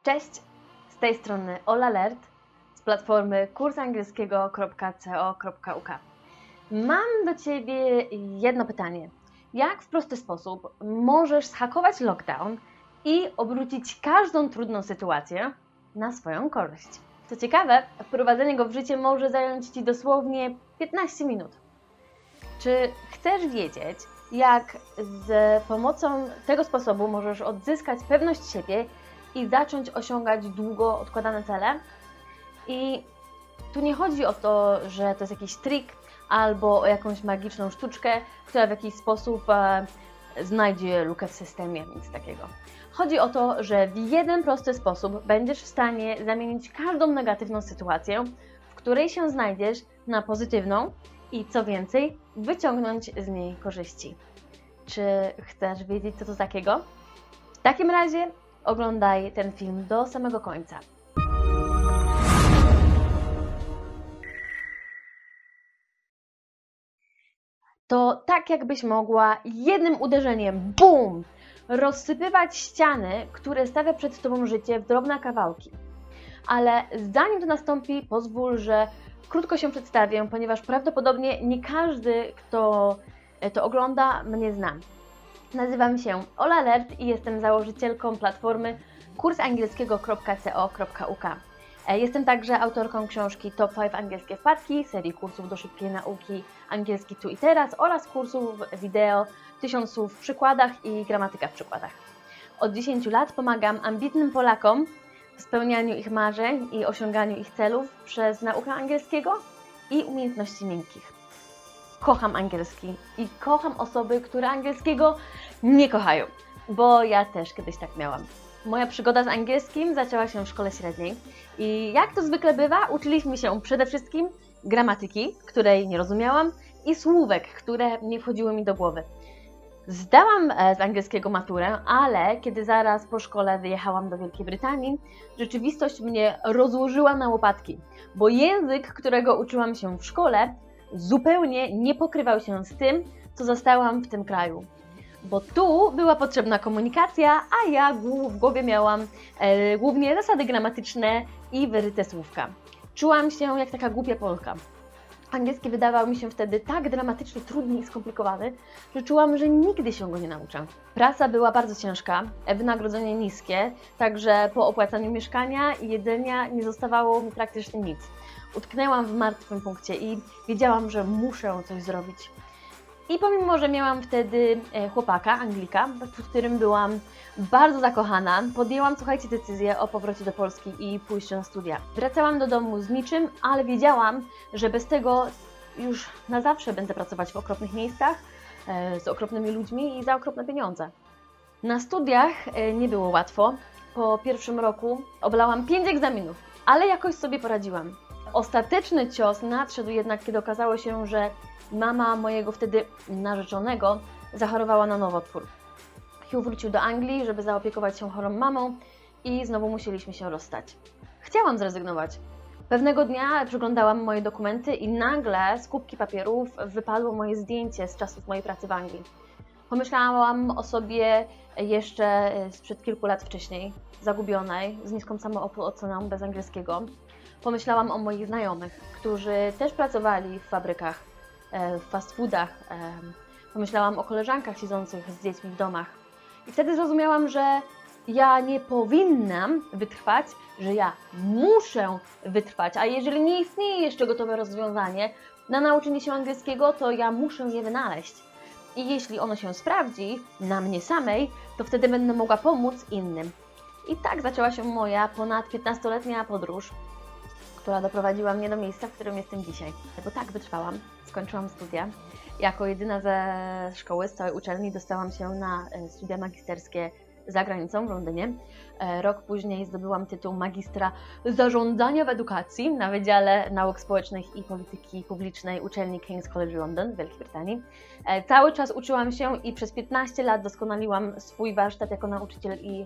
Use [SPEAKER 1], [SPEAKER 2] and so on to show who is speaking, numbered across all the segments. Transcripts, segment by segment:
[SPEAKER 1] Cześć, z tej strony Ola Lert z platformy kursangielskiego.co.uk. Mam do Ciebie jedno pytanie. Jak w prosty sposób możesz zhakować lockdown i obrócić każdą trudną sytuację na swoją korzyść? Co ciekawe, wprowadzenie go w życie może zająć Ci dosłownie 15 minut. Czy chcesz wiedzieć, jak z pomocą tego sposobu możesz odzyskać pewność siebie i zacząć osiągać długo odkładane cele? I tu nie chodzi o to, że to jest jakiś trik albo o jakąś magiczną sztuczkę, która w jakiś sposób znajdzie lukę w systemie, nic takiego. Chodzi o to, że w jeden prosty sposób będziesz w stanie zamienić każdą negatywną sytuację, w której się znajdziesz, na pozytywną i co więcej, wyciągnąć z niej korzyści. Czy chcesz wiedzieć, co to takiego? W takim razie oglądaj ten film do samego końca. To tak, jakbyś mogła jednym uderzeniem, BUM! Rozsypywać ściany, które stawia przed Tobą życie, w drobne kawałki. Ale zanim to nastąpi, pozwól, że krótko się przedstawię, ponieważ prawdopodobnie nie każdy, kto to ogląda, mnie zna. Nazywam się Ola Lert i jestem założycielką platformy kursangielskiego.co.uk. Jestem także autorką książki Top 5 Angielskie Wpadki, serii kursów do szybkiej nauki angielski tu i teraz oraz kursów wideo 1000 słów w przykładach i gramatyka w przykładach. Od 10 lat pomagam ambitnym Polakom w spełnianiu ich marzeń i osiąganiu ich celów przez naukę angielskiego i umiejętności miękkich. Kocham angielski i kocham osoby, które angielskiego nie kochają, bo ja też kiedyś tak miałam. Moja przygoda z angielskim zaczęła się w szkole średniej i jak to zwykle bywa, uczyliśmy się przede wszystkim gramatyki, której nie rozumiałam, i słówek, które nie wchodziły mi do głowy. Zdałam z angielskiego maturę, ale kiedy zaraz po szkole wyjechałam do Wielkiej Brytanii, rzeczywistość mnie rozłożyła na łopatki, bo język, którego uczyłam się w szkole, zupełnie nie pokrywał się z tym, co zastałam w tym kraju. Bo tu była potrzebna komunikacja, a ja w głowie miałam głównie zasady gramatyczne i wyryte słówka. Czułam się jak taka głupia Polka. Angielski wydawał mi się wtedy tak dramatycznie trudny i skomplikowany, że czułam, że nigdy się go nie nauczę. Praca była bardzo ciężka, wynagrodzenie niskie, także po opłacaniu mieszkania i jedzenia nie zostawało mi praktycznie nic. Utknęłam w martwym punkcie i wiedziałam, że muszę coś zrobić. I pomimo, że miałam wtedy chłopaka, Anglika, w którym byłam bardzo zakochana, podjęłam, słuchajcie, decyzję o powrocie do Polski i pójściu na studia. Wracałam do domu z niczym, ale wiedziałam, że bez tego już na zawsze będę pracować w okropnych miejscach, z okropnymi ludźmi i za okropne pieniądze. Na studiach nie było łatwo. Po pierwszym roku oblałam 5 egzaminów, ale jakoś sobie poradziłam. Ostateczny cios nadszedł jednak, kiedy okazało się, że mama mojego wtedy narzeczonego zachorowała na nowotwór. Hugh wrócił do Anglii, żeby zaopiekować się chorą mamą i znowu musieliśmy się rozstać. Chciałam zrezygnować. Pewnego dnia przeglądałam moje dokumenty i nagle z kubki papierów wypadło moje zdjęcie z czasów mojej pracy w Anglii. Pomyślałam o sobie jeszcze sprzed kilku lat wcześniej, zagubionej, z niską samooceną, bez angielskiego. Pomyślałam o moich znajomych, którzy też pracowali w fabrykach, w fast foodach. Pomyślałam o koleżankach siedzących z dziećmi w domach. I wtedy zrozumiałam, że ja nie powinnam wytrwać, że ja muszę wytrwać, a jeżeli nie istnieje jeszcze gotowe rozwiązanie na nauczenie się angielskiego, to ja muszę je wynaleźć. I jeśli ono się sprawdzi na mnie samej, to wtedy będę mogła pomóc innym. I tak zaczęła się moja ponad 15-letnia podróż, która doprowadziła mnie do miejsca, w którym jestem dzisiaj. Bo tak wytrwałam, skończyłam studia. Jako jedyna ze szkoły, z całej uczelni dostałam się na studia magisterskie za granicą w Londynie. Rok później zdobyłam tytuł magistra zarządzania w edukacji na Wydziale Nauk Społecznych i Polityki Publicznej uczelni King's College London w Wielkiej Brytanii. Cały czas uczyłam się i przez 15 lat doskonaliłam swój warsztat jako nauczyciel i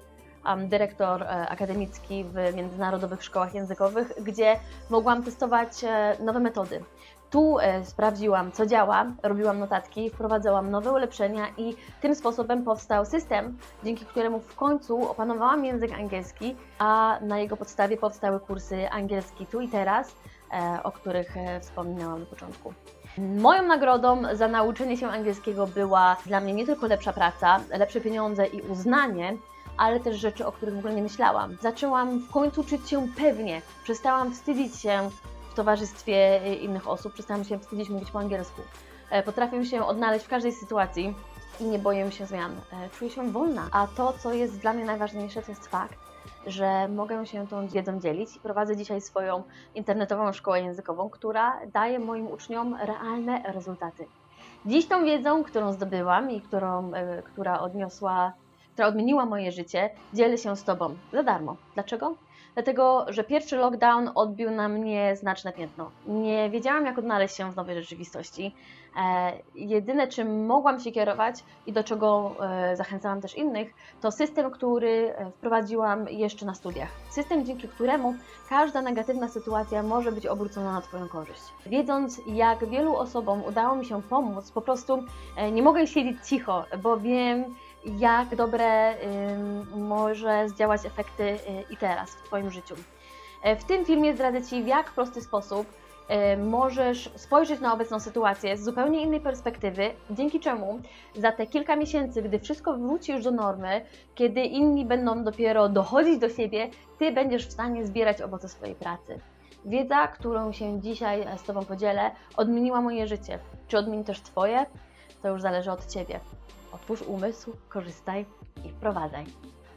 [SPEAKER 1] dyrektor akademicki w międzynarodowych szkołach językowych, gdzie mogłam testować nowe metody. Tu sprawdziłam, co działa, robiłam notatki, wprowadzałam nowe ulepszenia i tym sposobem powstał system, dzięki któremu w końcu opanowałam język angielski, a na jego podstawie powstały kursy Angielski tu i teraz, o których wspominałam na początku. Moją nagrodą za nauczenie się angielskiego była dla mnie nie tylko lepsza praca, lepsze pieniądze i uznanie, ale też rzeczy, o których w ogóle nie myślałam. Zaczęłam w końcu czuć się pewnie, przestałam wstydzić się w towarzystwie innych osób, przestałam się wstydzić mówić po angielsku. Potrafię się odnaleźć w każdej sytuacji i nie boję się zmian. Czuję się wolna, a to, co jest dla mnie najważniejsze, to jest fakt, że mogę się tą wiedzą dzielić i prowadzę dzisiaj swoją internetową szkołę językową, która daje moim uczniom realne rezultaty. Dziś tą wiedzą, którą zdobyłam i która odmieniła moje życie, dzielę się z Tobą za darmo. Dlaczego? Dlatego, że pierwszy lockdown odbił na mnie znaczne piętno. Nie wiedziałam, jak odnaleźć się w nowej rzeczywistości. Jedyne, czym mogłam się kierować i do czego zachęcałam też innych, to system, który wprowadziłam jeszcze na studiach. System, dzięki któremu każda negatywna sytuacja może być obrócona na Twoją korzyść. Wiedząc, jak wielu osobom udało mi się pomóc, po prostu nie mogę siedzieć cicho, bo wiem, jak dobre może zdziałać efekty i teraz w Twoim życiu. W tym filmie zdradzę Ci, w jak prosty sposób możesz spojrzeć na obecną sytuację z zupełnie innej perspektywy, dzięki czemu za te kilka miesięcy, gdy wszystko wróci już do normy, kiedy inni będą dopiero dochodzić do siebie, Ty będziesz w stanie zbierać owoce swojej pracy. Wiedza, którą się dzisiaj z Tobą podzielę, odmieniła moje życie. Czy odmieni też Twoje? To już zależy od Ciebie. Otwórz umysł, korzystaj i wprowadzaj.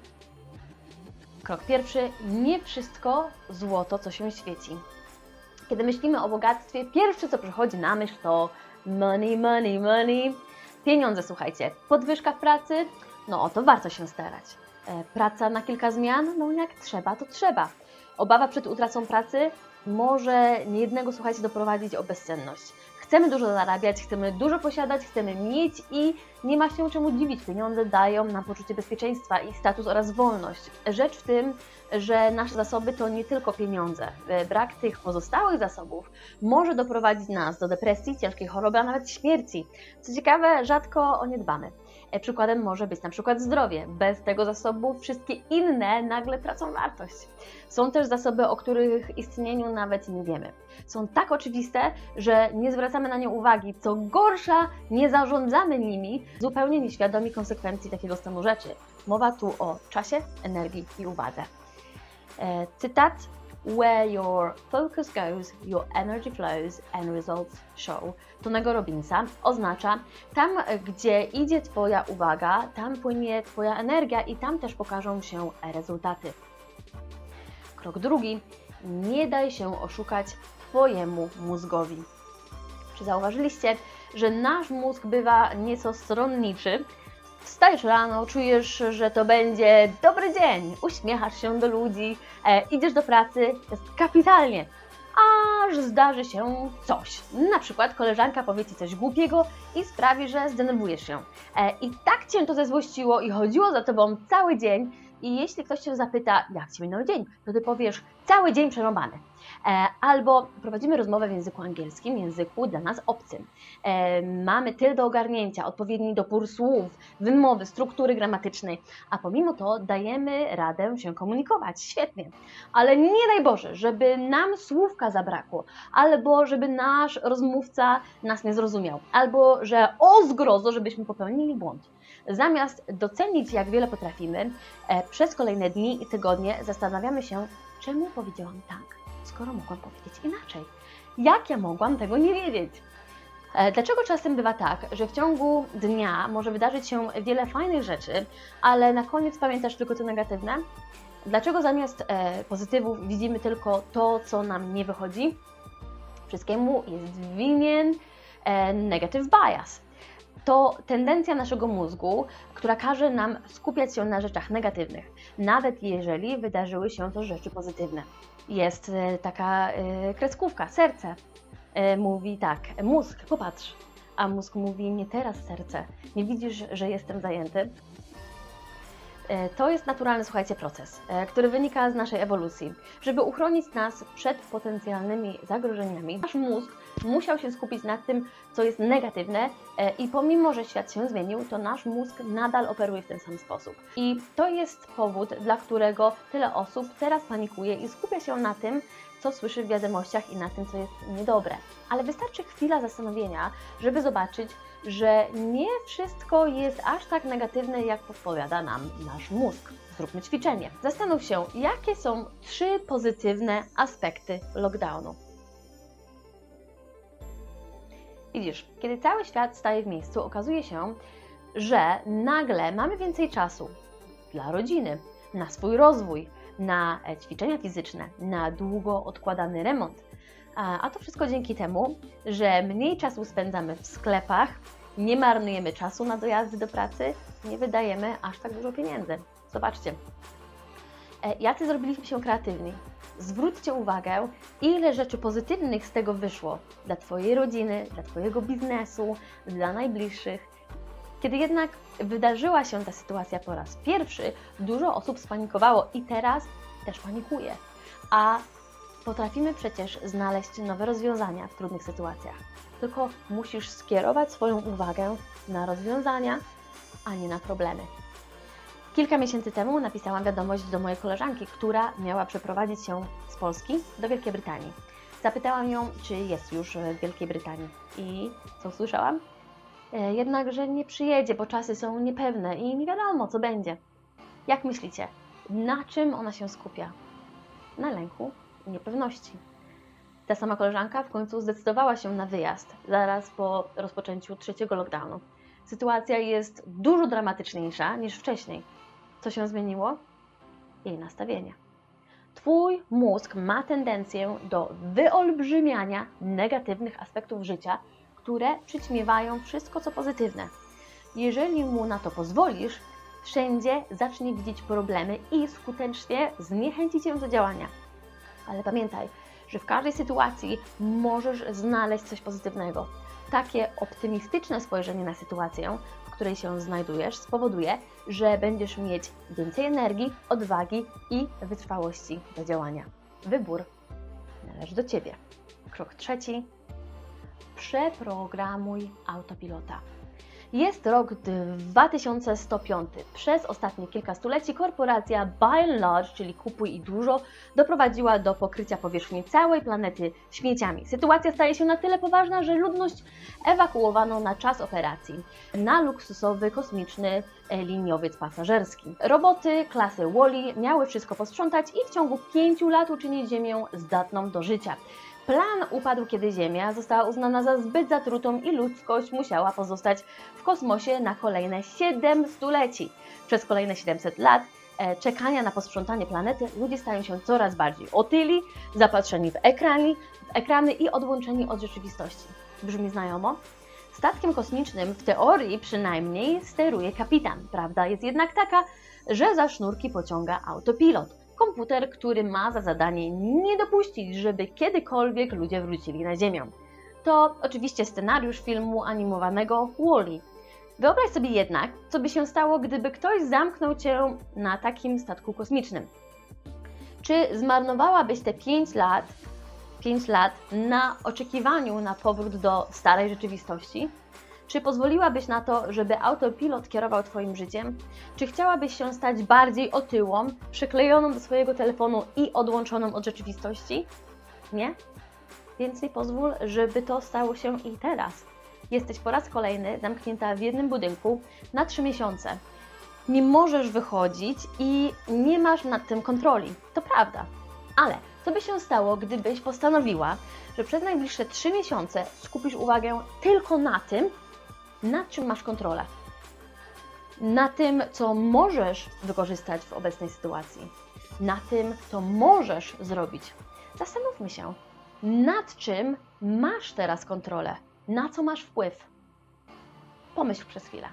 [SPEAKER 1] Krok pierwszy. Nie wszystko złoto, co się świeci. Kiedy myślimy o bogactwie, pierwsze, co przychodzi na myśl, to money, money, money. Pieniądze, słuchajcie. Podwyżka w pracy? No o to warto się starać. Praca na kilka zmian? No jak trzeba, to trzeba. Obawa przed utratą pracy może niejednego, słuchajcie, doprowadzić o bezsenność. Chcemy dużo zarabiać, chcemy dużo posiadać, chcemy mieć i nie ma się czemu dziwić. Pieniądze dają nam poczucie bezpieczeństwa i status oraz wolność. Rzecz w tym, że nasze zasoby to nie tylko pieniądze. Brak tych pozostałych zasobów może doprowadzić nas do depresji, ciężkiej choroby, a nawet śmierci. Co ciekawe, rzadko o nie dbamy. Przykładem może być na przykład zdrowie. Bez tego zasobu wszystkie inne nagle tracą wartość. Są też zasoby, o których istnieniu nawet nie wiemy. Są tak oczywiste, że nie zwracamy na nie uwagi. Co gorsza, nie zarządzamy nimi, zupełnie nieświadomi konsekwencji takiego stanu rzeczy. Mowa tu o czasie, energii i uwadze. Cytat: Where your focus goes, your energy flows and results show. Tonego Robbinsa oznacza: tam, gdzie idzie Twoja uwaga, tam płynie Twoja energia i tam też pokażą się rezultaty. Krok drugi. Nie daj się oszukać Twojemu mózgowi. Czy zauważyliście, że nasz mózg bywa nieco stronniczy? Wstajesz rano, czujesz, że to będzie dobry dzień, uśmiechasz się do ludzi, idziesz do pracy, jest kapitalnie, aż zdarzy się coś. Na przykład koleżanka powie Ci coś głupiego i sprawi, że zdenerwujesz się. I tak Cię to zezłościło i chodziło za Tobą cały dzień. I jeśli ktoś Cię zapyta, jak Ci minął dzień, to Ty powiesz: cały dzień przerąbany. Albo prowadzimy rozmowę w języku angielskim, języku dla nas obcym. Mamy tyl do ogarnięcia, odpowiedni dopór słów, wymowy, struktury gramatycznej, a pomimo to dajemy radę się komunikować. Świetnie. Ale nie daj Boże, żeby nam słówka zabrakło, albo żeby nasz rozmówca nas nie zrozumiał, albo że o zgrozo, żebyśmy popełnili błąd. Zamiast docenić, jak wiele potrafimy, przez kolejne dni i tygodnie zastanawiamy się, czemu powiedziałam tak, skoro mogłam powiedzieć inaczej. Jak ja mogłam tego nie wiedzieć? Dlaczego czasem bywa tak, że w ciągu dnia może wydarzyć się wiele fajnych rzeczy, ale na koniec pamiętasz tylko to negatywne? Dlaczego zamiast pozytywów widzimy tylko to, co nam nie wychodzi? Wszystkiemu jest winien negative bias. To tendencja naszego mózgu, która każe nam skupiać się na rzeczach negatywnych, nawet jeżeli wydarzyły się to rzeczy pozytywne. Jest taka kreskówka, serce. Mówi tak: mózg, popatrz. A mózg mówi: nie teraz, serce. Nie widzisz, że jestem zajęty? To jest naturalny, słuchajcie, proces, który wynika z naszej ewolucji. Żeby uchronić nas przed potencjalnymi zagrożeniami, nasz mózg musiał się skupić na tym, co jest negatywne i pomimo, że świat się zmienił, to nasz mózg nadal operuje w ten sam sposób. I to jest powód, dla którego tyle osób teraz panikuje i skupia się na tym, co słyszy w wiadomościach i na tym, co jest niedobre. Ale wystarczy chwila zastanowienia, żeby zobaczyć, że nie wszystko jest aż tak negatywne, jak podpowiada nam nasz mózg. Zróbmy ćwiczenie. Zastanów się, jakie są 3 pozytywne aspekty lockdownu. Widzisz, kiedy cały świat staje w miejscu, okazuje się, że nagle mamy więcej czasu dla rodziny, na swój rozwój, na ćwiczenia fizyczne, na długo odkładany remont. A to wszystko dzięki temu, że mniej czasu spędzamy w sklepach, nie marnujemy czasu na dojazdy do pracy, nie wydajemy aż tak dużo pieniędzy. Zobaczcie, jacy zrobiliśmy się kreatywni. Zwróćcie uwagę, ile rzeczy pozytywnych z tego wyszło dla Twojej rodziny, dla Twojego biznesu, dla najbliższych. Kiedy jednak wydarzyła się ta sytuacja po raz pierwszy, dużo osób spanikowało i teraz też panikuje. A potrafimy przecież znaleźć nowe rozwiązania w trudnych sytuacjach. Tylko musisz skierować swoją uwagę na rozwiązania, a nie na problemy. Kilka miesięcy temu napisałam wiadomość do mojej koleżanki, która miała przeprowadzić się z Polski do Wielkiej Brytanii. Zapytałam ją, czy jest już w Wielkiej Brytanii. I co usłyszałam? Jednakże nie przyjedzie, bo czasy są niepewne i nie wiadomo, co będzie. Jak myślicie, na czym ona się skupia? Na lęku i niepewności. Ta sama koleżanka w końcu zdecydowała się na wyjazd, zaraz po rozpoczęciu 3. lockdownu. Sytuacja jest dużo dramatyczniejsza niż wcześniej. Co się zmieniło? Jej nastawienie. Twój mózg ma tendencję do wyolbrzymiania negatywnych aspektów życia, które przyćmiewają wszystko, co pozytywne. Jeżeli mu na to pozwolisz, wszędzie zacznie widzieć problemy i skutecznie zniechęci cię do działania. Ale pamiętaj, że w każdej sytuacji możesz znaleźć coś pozytywnego. Takie optymistyczne spojrzenie na sytuację, w której się znajdujesz, spowoduje, że będziesz mieć więcej energii, odwagi i wytrwałości do działania. Wybór należy do Ciebie. Krok 3. Przeprogramuj autopilota. Jest rok 2105. Przez ostatnie kilka stuleci korporacja Buy and Large, czyli kupuj i dużo, doprowadziła do pokrycia powierzchni całej planety śmieciami. Sytuacja staje się na tyle poważna, że ludność ewakuowano na czas operacji na luksusowy, kosmiczny liniowiec pasażerski. Roboty klasy Wall-E miały wszystko posprzątać i w ciągu 5 lat uczynić Ziemię zdatną do życia. Plan upadł, kiedy Ziemia została uznana za zbyt zatrutą i ludzkość musiała pozostać w kosmosie na kolejne 7 stuleci. Przez kolejne 700 lat czekania na posprzątanie planety ludzie stają się coraz bardziej otyli, zapatrzeni w ekrany i odłączeni od rzeczywistości. Brzmi znajomo? Statkiem kosmicznym w teorii przynajmniej steruje kapitan. Prawda jest jednak taka, że za sznurki pociąga autopilot. Komputer, który ma za zadanie nie dopuścić, żeby kiedykolwiek ludzie wrócili na Ziemię. To oczywiście scenariusz filmu animowanego Wall-E. Wyobraź sobie jednak, co by się stało, gdyby ktoś zamknął Cię na takim statku kosmicznym. Czy zmarnowałabyś te 5 lat na oczekiwaniu na powrót do starej rzeczywistości? Czy pozwoliłabyś na to, żeby autopilot kierował Twoim życiem? Czy chciałabyś się stać bardziej otyłą, przyklejoną do swojego telefonu i odłączoną od rzeczywistości? Nie? Więcej pozwól, żeby to stało się i teraz. Jesteś po raz kolejny zamknięta w jednym budynku na 3 miesiące. Nie możesz wychodzić i nie masz nad tym kontroli. To prawda. Ale co by się stało, gdybyś postanowiła, że przez najbliższe 3 miesiące skupisz uwagę tylko na tym, nad czym masz kontrolę? Na tym, co możesz wykorzystać w obecnej sytuacji. Na tym, co możesz zrobić. Zastanówmy się, nad czym masz teraz kontrolę? Na co masz wpływ? Pomyśl przez chwilę.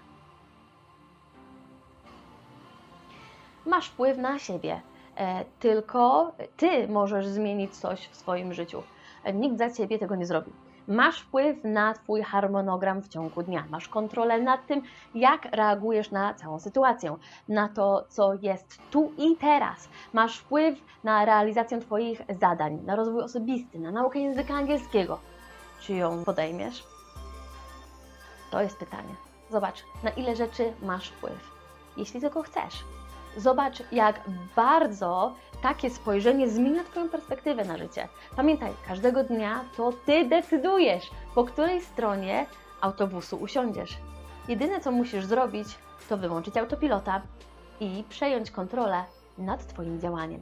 [SPEAKER 1] Masz wpływ na siebie. Tylko Ty możesz zmienić coś w swoim życiu. Nikt za Ciebie tego nie zrobi. Masz wpływ na Twój harmonogram w ciągu dnia. Masz kontrolę nad tym, jak reagujesz na całą sytuację, na to, co jest tu i teraz. Masz wpływ na realizację Twoich zadań, na rozwój osobisty, na naukę języka angielskiego. Czy ją podejmiesz? To jest pytanie. Zobacz, na ile rzeczy masz wpływ, jeśli tylko chcesz. Zobacz, jak bardzo takie spojrzenie zmienia Twoją perspektywę na życie. Pamiętaj, każdego dnia to Ty decydujesz, po której stronie autobusu usiądziesz. Jedyne, co musisz zrobić, to wyłączyć autopilota i przejąć kontrolę nad Twoim działaniem.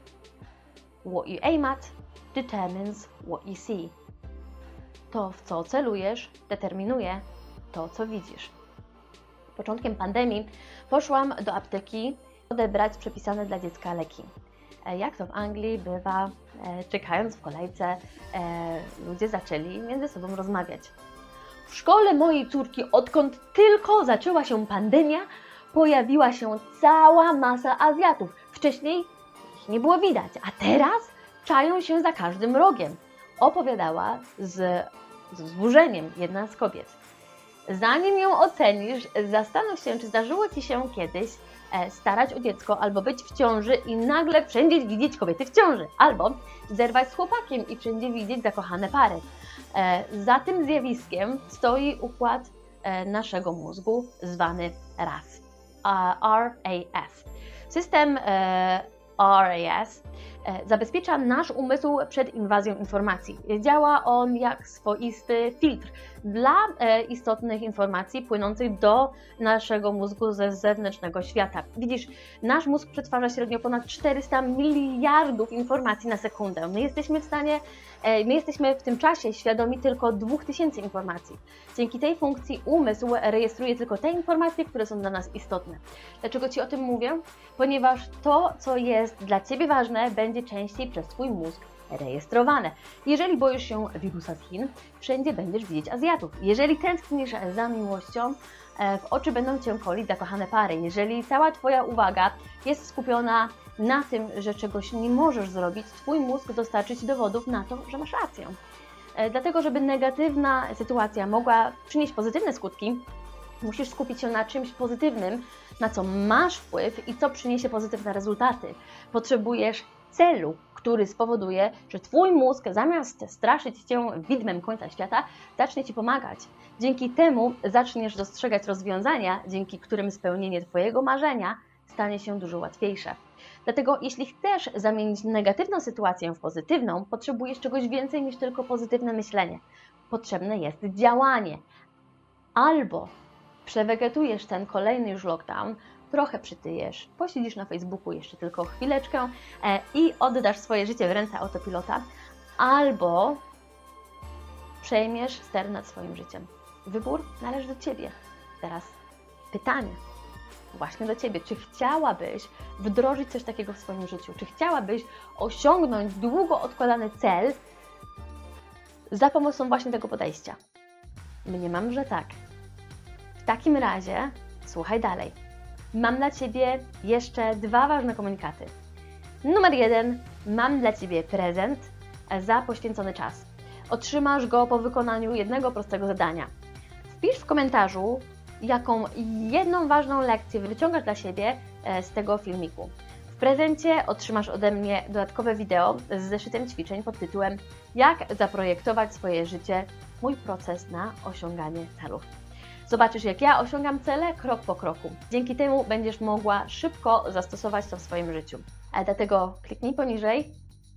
[SPEAKER 1] What you aim at determines what you see. To, w co celujesz, determinuje to, co widzisz. Początkiem pandemii poszłam do apteki odebrać przepisane dla dziecka leki. Jak to w Anglii bywa, czekając w kolejce, ludzie zaczęli między sobą rozmawiać. W szkole mojej córki, odkąd tylko zaczęła się pandemia, pojawiła się cała masa Azjatów. Wcześniej ich nie było widać, a teraz czają się za każdym rogiem. Opowiadała z wzburzeniem jedna z kobiet. Zanim ją ocenisz, zastanów się, czy zdarzyło Ci się kiedyś starać o dziecko albo być w ciąży i nagle wszędzie widzieć kobiety w ciąży, albo zerwać z chłopakiem i wszędzie widzieć zakochane pary. Za tym zjawiskiem stoi układ naszego mózgu zwany RAS. RAS. System RAS zabezpiecza nasz umysł przed inwazją informacji. Działa on jak swoisty filtr dla istotnych informacji płynących do naszego mózgu ze zewnętrznego świata. Widzisz, nasz mózg przetwarza średnio ponad 400 miliardów informacji na sekundę. My jesteśmy w tym czasie świadomi tylko 2000 informacji. Dzięki tej funkcji umysł rejestruje tylko te informacje, które są dla nas istotne. Dlaczego Ci o tym mówię? Ponieważ to, co jest dla Ciebie ważne, będzie częściej przez Twój mózg rejestrowane. Jeżeli boisz się wirusa z Chin, wszędzie będziesz widzieć Azjatów. Jeżeli tęsknisz za miłością, w oczy będą Cię kolić zakochane pary. Jeżeli cała Twoja uwaga jest skupiona na tym, że czegoś nie możesz zrobić, Twój mózg dostarczy Ci dowodów na to, że masz rację. Dlatego, żeby negatywna sytuacja mogła przynieść pozytywne skutki, musisz skupić się na czymś pozytywnym, na co masz wpływ i co przyniesie pozytywne rezultaty. Potrzebujesz celu, który spowoduje, że Twój mózg zamiast straszyć Cię widmem końca świata, zacznie Ci pomagać. Dzięki temu zaczniesz dostrzegać rozwiązania, dzięki którym spełnienie Twojego marzenia stanie się dużo łatwiejsze. Dlatego jeśli chcesz zamienić negatywną sytuację w pozytywną, potrzebujesz czegoś więcej niż tylko pozytywne myślenie. Potrzebne jest działanie. Albo przewegetujesz ten kolejny już lockdown, trochę przytyjesz, posiedzisz na Facebooku jeszcze tylko chwileczkę i oddasz swoje życie w ręce autopilota, albo przejmiesz ster nad swoim życiem. Wybór należy do Ciebie. Teraz pytanie właśnie do Ciebie. Czy chciałabyś wdrożyć coś takiego w swoim życiu? Czy chciałabyś osiągnąć długo odkładany cel za pomocą właśnie tego podejścia? Mniemam, że tak. W takim razie słuchaj dalej. Mam dla Ciebie jeszcze 2 ważne komunikaty. Numer 1. Mam dla Ciebie prezent za poświęcony czas. Otrzymasz go po wykonaniu jednego prostego zadania. Wpisz w komentarzu, jaką jedną ważną lekcję wyciągasz dla siebie z tego filmiku. W prezencie otrzymasz ode mnie dodatkowe wideo z zeszytem ćwiczeń pod tytułem Jak zaprojektować swoje życie, mój proces na osiąganie celów. Zobaczysz, jak ja osiągam cele krok po kroku. Dzięki temu będziesz mogła szybko zastosować to w swoim życiu. Dlatego kliknij poniżej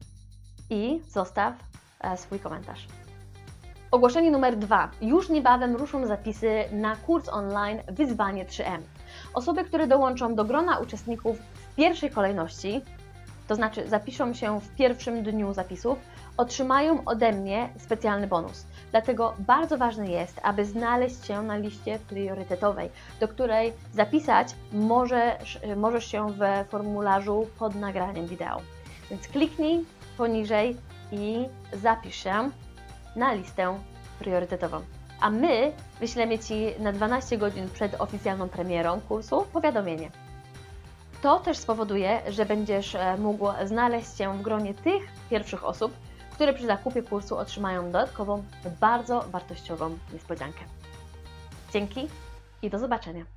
[SPEAKER 1] i zostaw swój komentarz. Ogłoszenie numer 2. Już niebawem ruszą zapisy na kurs online Wyzwanie 3M. Osoby, które dołączą do grona uczestników w pierwszej kolejności, to znaczy zapiszą się w pierwszym dniu zapisów, otrzymają ode mnie specjalny bonus. Dlatego bardzo ważne jest, aby znaleźć się na liście priorytetowej, do której zapisać możesz się w formularzu pod nagraniem wideo. Więc kliknij poniżej i zapisz się na listę priorytetową. A my wyślemy Ci na 12 godzin przed oficjalną premierą kursu powiadomienie. To też spowoduje, że będziesz mógł znaleźć się w gronie tych pierwszych osób, które przy zakupie kursu otrzymają dodatkową, bardzo wartościową niespodziankę. Dzięki i do zobaczenia.